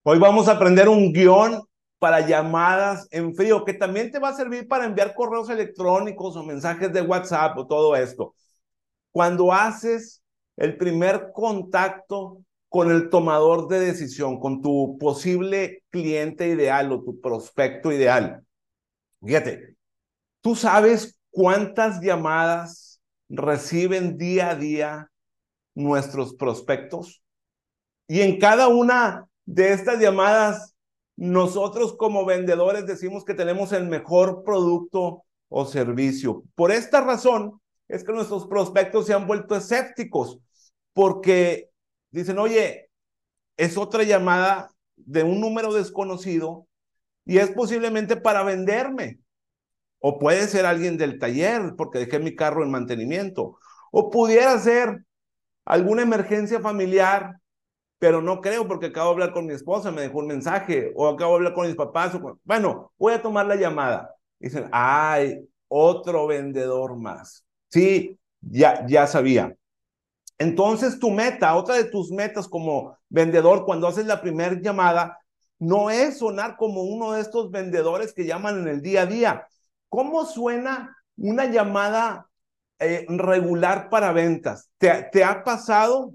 Hoy vamos a aprender un guión para llamadas en frío, que también te va a servir para enviar correos electrónicos o mensajes de WhatsApp o todo esto. Cuando haces el primer contacto con el tomador de decisión, con tu posible cliente ideal o tu prospecto ideal. Fíjate, tú sabes cuántas llamadas reciben día a día nuestros prospectos. Y en cada una de estas llamadas, nosotros como vendedores decimos que tenemos el mejor producto o servicio. Por esta razón es que nuestros prospectos se han vuelto escépticos porque dicen, oye, es otra llamada de un número desconocido y es posiblemente para venderme. O puede ser alguien del taller porque dejé mi carro en mantenimiento. O pudiera ser alguna emergencia familiar, pero no creo porque acabo de hablar con mi esposa, me dejó un mensaje, o acabo de hablar con mis papás. Bueno, voy a tomar la llamada. Dicen, ay, otro vendedor más. Sí, ya sabía. Entonces tu meta, otra de tus metas como vendedor cuando haces la primera llamada, no es sonar como uno de estos vendedores que llaman en el día a día. ¿Cómo suena una llamada regular para ventas? ¿Te ha pasado?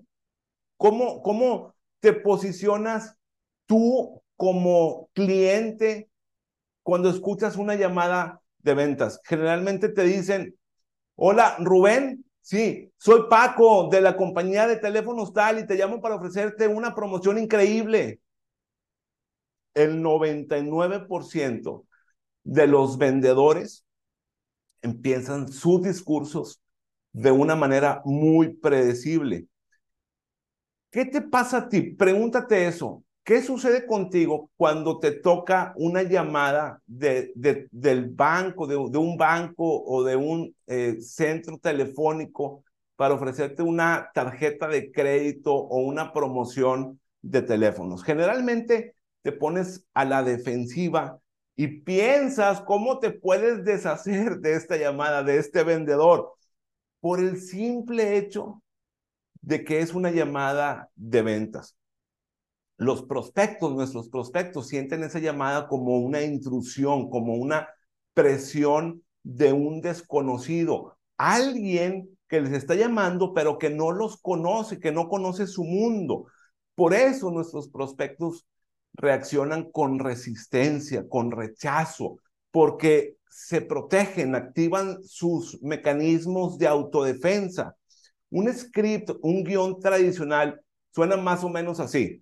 ¿Cómo te posicionas tú como cliente cuando escuchas una llamada de ventas? Generalmente te dicen, hola, Rubén. Sí, soy Paco de la compañía de teléfonos tal y te llamo para ofrecerte una promoción increíble. El 99% de los vendedores empiezan sus discursos de una manera muy predecible. ¿Qué te pasa a ti? Pregúntate eso. ¿Qué sucede contigo cuando te toca una llamada del banco, de un banco o de un centro telefónico para ofrecerte una tarjeta de crédito o una promoción de teléfonos? Generalmente te pones a la defensiva y piensas cómo te puedes deshacer de esta llamada, de este vendedor, por el simple hecho de que es una llamada de ventas. Los prospectos, nuestros prospectos, sienten esa llamada como una intrusión, como una presión de un desconocido, alguien que les está llamando, pero que no los conoce, que no conoce su mundo. Por eso nuestros prospectos reaccionan con resistencia, con rechazo, porque se protegen, activan sus mecanismos de autodefensa. Un script, un guión tradicional suena más o menos así.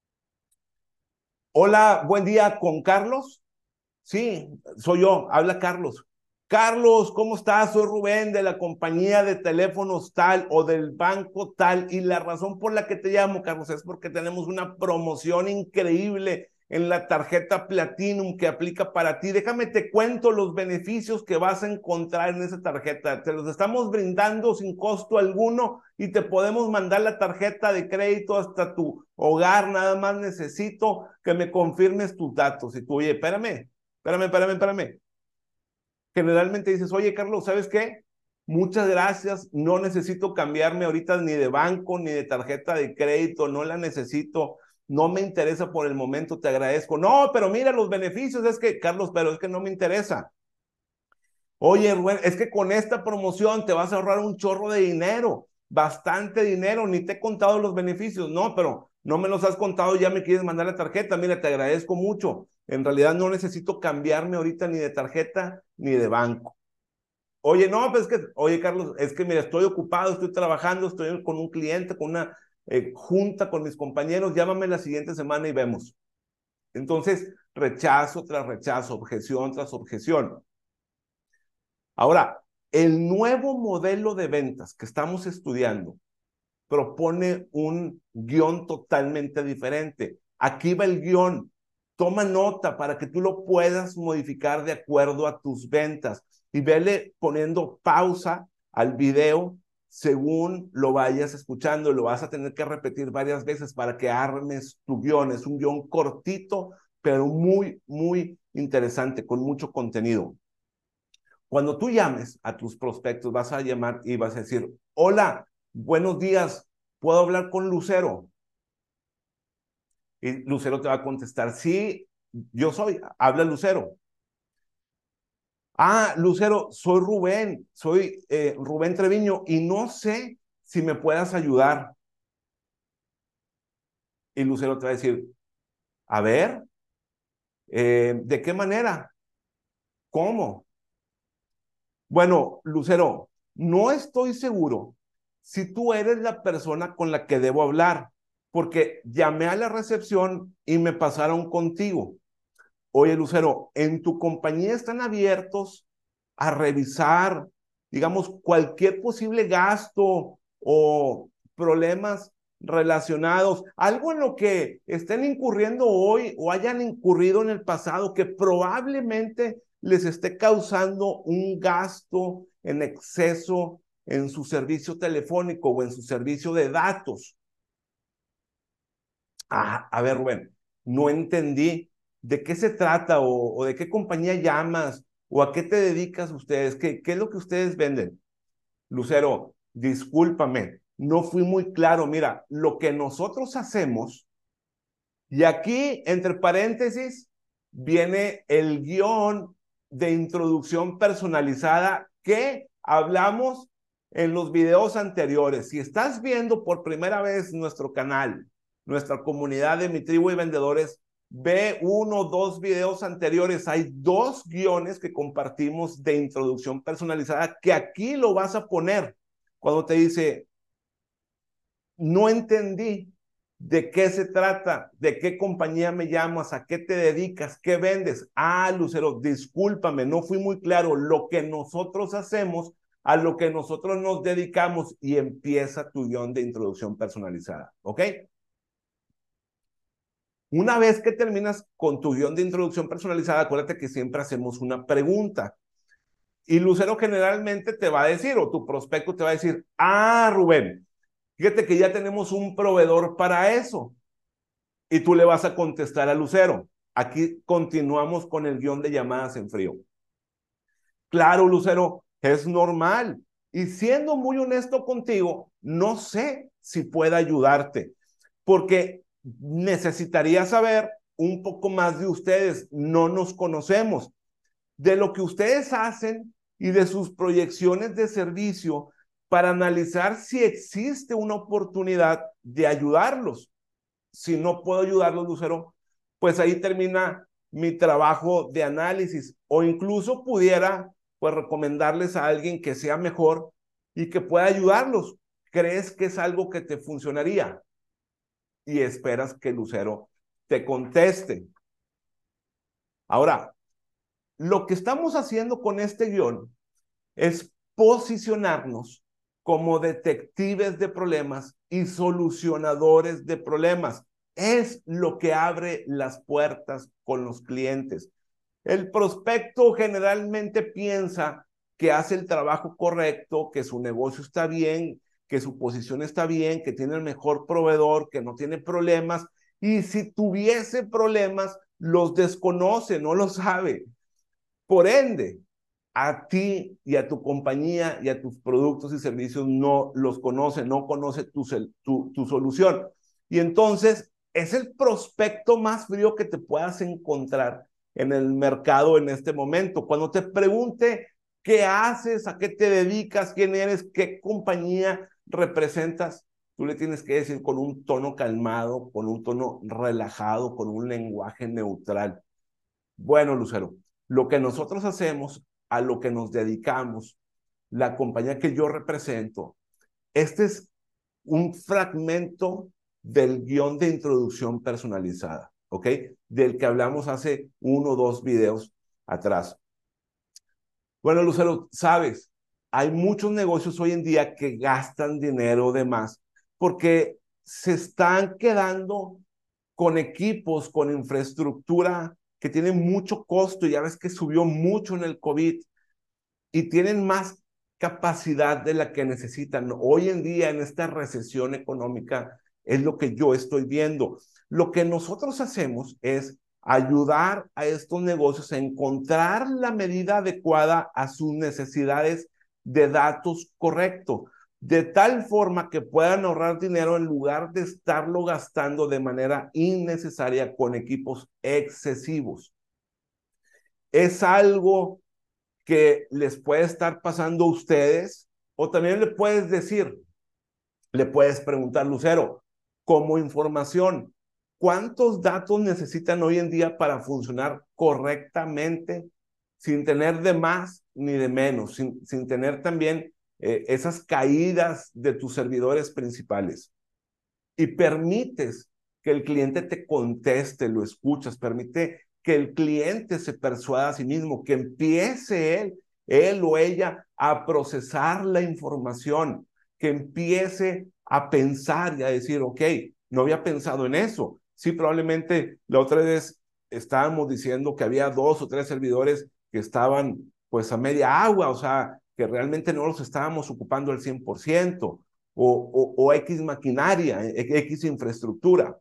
Hola, buen día con Carlos. Sí, soy yo, habla Carlos. Carlos, ¿cómo estás? Soy Rubén de la compañía de teléfonos tal o del banco tal. Y la razón por la que te llamo, Carlos, es porque tenemos una promoción increíble en la tarjeta Platinum que aplica para ti. Déjame te cuento los beneficios que vas a encontrar en esa tarjeta. Te los estamos brindando sin costo alguno y te podemos mandar la tarjeta de crédito hasta tu hogar. Nada más necesito que me confirmes tus datos. Y tú, oye, espérame. Generalmente dices, oye, Carlos, ¿sabes qué? Muchas gracias, no necesito cambiarme ahorita ni de banco ni de tarjeta de crédito, no la necesito, no me interesa por el momento, te agradezco. No, pero mira los beneficios, es que, Carlos, pero es que no me interesa. Oye, Rubén, es que con esta promoción te vas a ahorrar un chorro de dinero, bastante dinero, ni te he contado los beneficios. No, pero no me los has contado, ya me quieres mandar la tarjeta. Mira, te agradezco mucho. En realidad no necesito cambiarme ahorita ni de tarjeta ni de banco. Oye, no, pues es que, oye, Carlos, es que mira, estoy ocupado, estoy trabajando, estoy con un cliente, con una junta con mis compañeros, llámame la siguiente semana y vemos. Entonces, rechazo tras rechazo, objeción tras objeción. Ahora, el nuevo modelo de ventas que estamos estudiando propone un guión totalmente diferente. Aquí va el guión. Toma nota para que tú lo puedas modificar de acuerdo a tus ventas y vele poniendo pausa al video según lo vayas escuchando. Lo vas a tener que repetir varias veces para que armes tu guión. Es un guión cortito, pero muy interesante, con mucho contenido. Cuando tú llames a tus prospectos, vas a llamar y vas a decir, hola, buenos días, ¿puedo hablar con Lucero? Y Lucero te va a contestar, sí, yo soy, habla Lucero. Ah, Lucero, soy Rubén Treviño y no sé si me puedas ayudar. Y Lucero te va a decir, a ver, ¿de qué manera? ¿Cómo? Bueno, Lucero, no estoy seguro si tú eres la persona con la que debo hablar, porque llamé a la recepción y me pasaron contigo. Oye, Lucero, ¿en tu compañía están abiertos a revisar, digamos, cualquier posible gasto o problemas relacionados, algo en lo que estén incurriendo hoy o hayan incurrido en el pasado que probablemente les esté causando un gasto en exceso en su servicio telefónico o en su servicio de datos? Ah, a ver, Rubén, no entendí de qué se trata o de qué compañía llamas o a qué te dedicas ustedes, qué es lo que ustedes venden. Lucero, discúlpame, no fui muy claro. Mira, lo que nosotros hacemos, y aquí entre paréntesis viene el guión de introducción personalizada que hablamos en los videos anteriores. Si estás viendo por primera vez nuestro canal, nuestra comunidad de Mi Tribu y Vendedores, ve uno o dos videos anteriores. Hay dos guiones que compartimos de introducción personalizada que aquí lo vas a poner cuando te dice, no entendí de qué se trata, de qué compañía me llamas, a qué te dedicas, qué vendes. Ah, Lucero, discúlpame, no fui muy claro. Lo que nosotros hacemos, a lo que nosotros nos dedicamos, y empieza tu guión de introducción personalizada, ¿ok? Una vez que terminas con tu guión de introducción personalizada, acuérdate que siempre hacemos una pregunta. Y Lucero generalmente te va a decir, o tu prospecto te va a decir, ah, Rubén, fíjate que ya tenemos un proveedor para eso. Y tú le vas a contestar a Lucero. Aquí continuamos con el guión de llamadas en frío. Claro, Lucero, es normal. Y siendo muy honesto contigo, no sé si pueda ayudarte, porque necesitaría saber un poco más de ustedes. No nos conocemos. De lo que ustedes hacen y de sus proyecciones de servicio para analizar si existe una oportunidad de ayudarlos. Si no puedo ayudarlos, Lucero, pues ahí termina mi trabajo de análisis, o incluso pudiera pues recomendarles a alguien que sea mejor y que pueda ayudarlos. ¿Crees que es algo que te funcionaría? Y esperas que Lucero te conteste. Ahora, lo que estamos haciendo con este guión es posicionarnos como detectives de problemas y solucionadores de problemas. Es lo que abre las puertas con los clientes. El prospecto generalmente piensa que hace el trabajo correcto, que su negocio está bien, que su posición está bien, que tiene el mejor proveedor, que no tiene problemas. Y si tuviese problemas, los desconoce, no lo sabe. Por ende, a ti y a tu compañía y a tus productos y servicios no los conoce, no conoce tu solución. Y entonces es el prospecto más frío que te puedas encontrar en el mercado en este momento. Cuando te pregunte qué haces, a qué te dedicas, quién eres, qué compañía representas, tú le tienes que decir con un tono calmado, con un tono relajado, con un lenguaje neutral. Bueno, Lucero, lo que nosotros hacemos, a lo que nos dedicamos, la compañía que yo represento, este es un fragmento del guión de introducción personalizada, ¿ok? Del que hablamos hace uno o dos videos atrás. Bueno, Lucero, sabes, hay muchos negocios hoy en día que gastan dinero de más porque se están quedando con equipos, con infraestructura que tienen mucho costo. Ya ves que subió mucho en el COVID y tienen más capacidad de la que necesitan. Hoy en día, en esta recesión económica, es lo que yo estoy viendo. Lo que nosotros hacemos es ayudar a estos negocios a encontrar la medida adecuada a sus necesidades de datos correctos. de tal forma que puedan ahorrar dinero en lugar de estarlo gastando de manera innecesaria con equipos excesivos. Es algo que les puede estar pasando a ustedes, o también le puedes decir, le puedes preguntar, Lucero, como información, ¿cuántos datos necesitan hoy en día para funcionar correctamente sin tener de más ni de menos, sin tener también esas caídas de tus servidores principales? Y permites que el cliente te conteste, lo escuchas, permite que el cliente se persuada a sí mismo, que empiece él o ella a procesar la información, que empiece a pensar y a decir, ok, no había pensado en eso. Sí, probablemente la otra vez estábamos diciendo que había 2 o 3 servidores que estaban pues a media agua, o sea, que realmente no los estábamos ocupando al 100%, o X maquinaria, X infraestructura.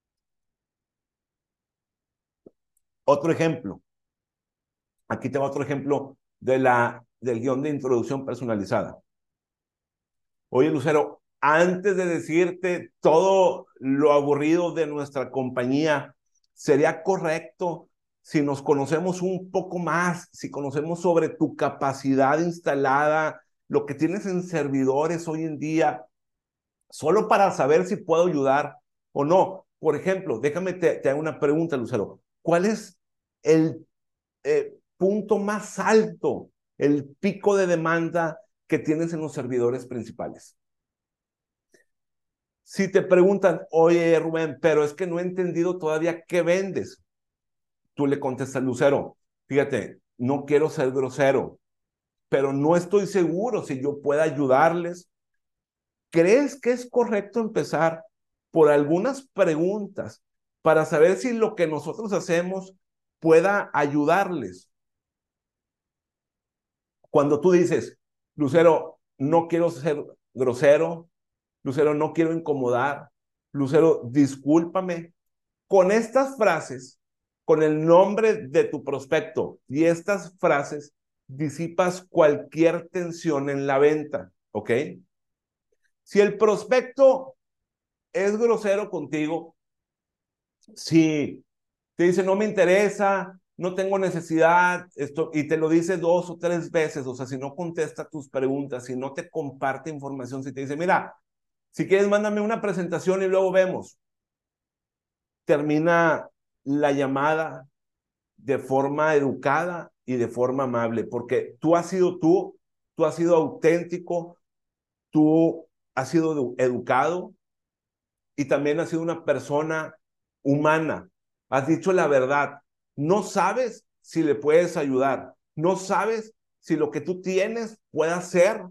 Otro ejemplo, aquí tengo otro ejemplo del guión de introducción personalizada. Oye, Lucero, antes de decirte todo lo aburrido de nuestra compañía, ¿sería correcto si nos conocemos un poco más, si conocemos sobre tu capacidad instalada, lo que tienes en servidores hoy en día, solo para saber si puedo ayudar o no? Por ejemplo, déjame te hago una pregunta, Lucero. ¿Cuál es el punto más alto, el pico de demanda que tienes en los servidores principales? Si te preguntan, oye, Rubén, pero es que no he entendido todavía qué vendes, tú le contestas, Lucero, fíjate, no quiero ser grosero, pero no estoy seguro si yo pueda ayudarles. ¿Crees que es correcto empezar por algunas preguntas para saber si lo que nosotros hacemos pueda ayudarles? Cuando tú dices, Lucero, no quiero ser grosero, Lucero, no quiero incomodar, Lucero, discúlpame. Con estas frases, con el nombre de tu prospecto y estas frases, disipas cualquier tensión en la venta, ¿ok? Si el prospecto es grosero contigo, si te dice no me interesa, no tengo necesidad, y te lo dice 2 o 3 veces, o sea, si no contesta tus preguntas, si no te comparte información, si te dice, mira, si quieres, mándame una presentación y luego vemos. Termina la llamada de forma educada y de forma amable, porque tú has sido auténtico, tú has sido educado y también has sido una persona humana. Has dicho la verdad. No sabes si le puedes ayudar. No sabes si lo que tú tienes puede ser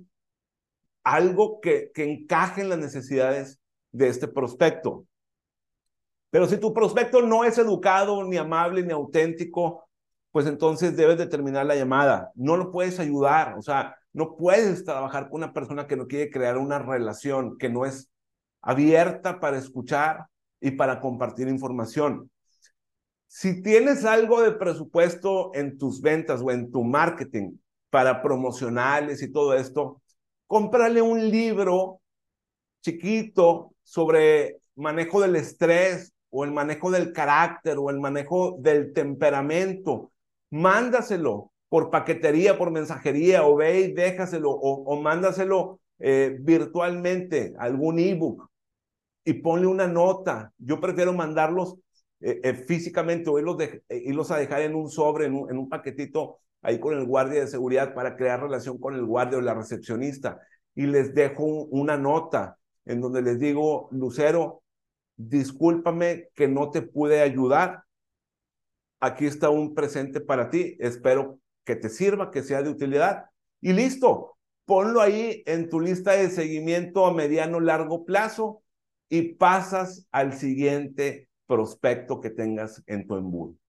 algo que encaje en las necesidades de este prospecto. Pero si tu prospecto no es educado, ni amable, ni auténtico, pues entonces debes de terminar la llamada. No lo puedes ayudar, o sea, no puedes trabajar con una persona que no quiere crear una relación, que no es abierta para escuchar y para compartir información. Si tienes algo de presupuesto en tus ventas o en tu marketing para promocionales y todo esto, cómprale un libro chiquito sobre manejo del estrés o el manejo del carácter o el manejo del temperamento. Mándaselo por paquetería, por mensajería, o ve y déjaselo, o mándaselo virtualmente, algún ebook, y ponle una nota. Yo prefiero mandarlos físicamente, o irlos a dejar en un sobre, en un paquetito ahí con el guardia de seguridad, para crear relación con el guardia o la recepcionista. Y les dejo una nota en donde les digo, Lucero, discúlpame que no te pude ayudar. Aquí está un presente para ti. Espero que te sirva, que sea de utilidad. Y listo. Ponlo ahí en tu lista de seguimiento a mediano largo plazo y pasas al siguiente prospecto que tengas en tu embudo.